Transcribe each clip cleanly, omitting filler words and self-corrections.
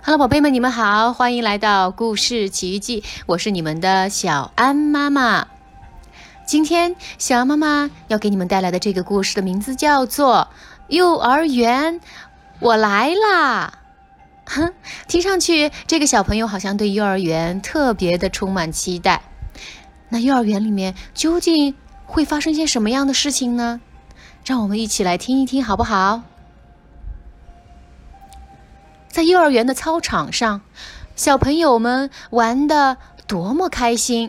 Hello， 宝贝们，你们好，欢迎来到故事奇遇记，我是你们的小安妈妈。今天小安妈妈要给你们带来的这个故事的名字叫做幼儿园我来啦。听上去这个小朋友好像对幼儿园特别的充满期待。那幼儿园里面究竟会发生些什么样的事情呢？让我们一起来听一听好不好？在幼儿园的操场上，小朋友们玩得多么开心。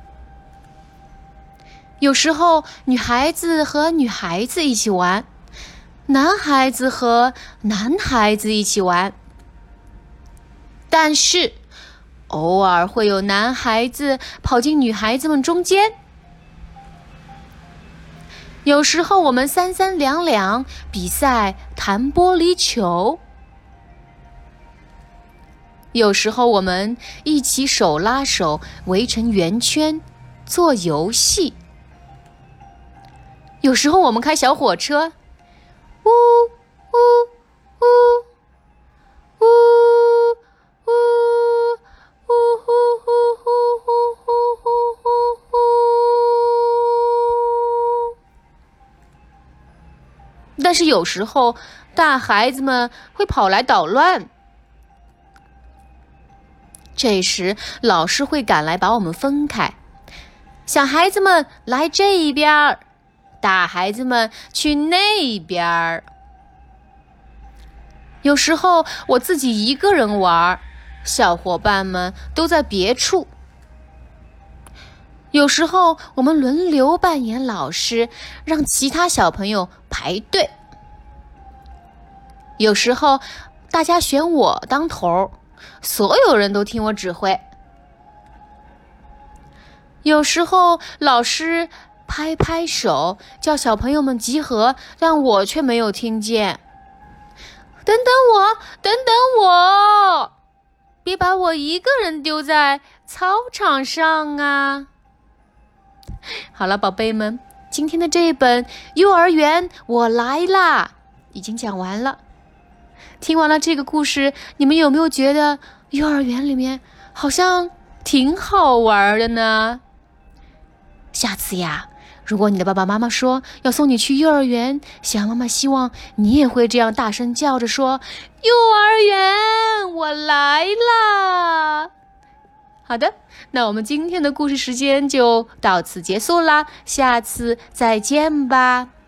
有时候女孩子和女孩子一起玩，男孩子和男孩子一起玩。但是偶尔会有男孩子跑进女孩子们中间。有时候我们三三两两比赛弹玻璃球。有时候我们一起手拉手围成圆圈做游戏。有时候我们开小火车，呜呜呜呜呜呜呜。但是有时候大孩子们会跑来捣乱。这时老师会赶来把我们分开，小孩子们来这一边，大孩子们去那边。有时候我自己一个人玩，小伙伴们都在别处。有时候我们轮流扮演老师，让其他小朋友排队。有时候大家选我当头，所有人都听我指挥。有时候老师拍拍手，叫小朋友们集合，但我却没有听见。等等我，等等我，别把我一个人丢在操场上啊！好了，宝贝们，今天的这一本《幼儿园我来啦》已经讲完了。听完了这个故事，你们有没有觉得幼儿园里面好像挺好玩的呢？下次呀，如果你的爸爸妈妈说要送你去幼儿园，小妈妈希望你也会这样大声叫着说：幼儿园我来啦！好的，那我们今天的故事时间就到此结束啦，下次再见吧。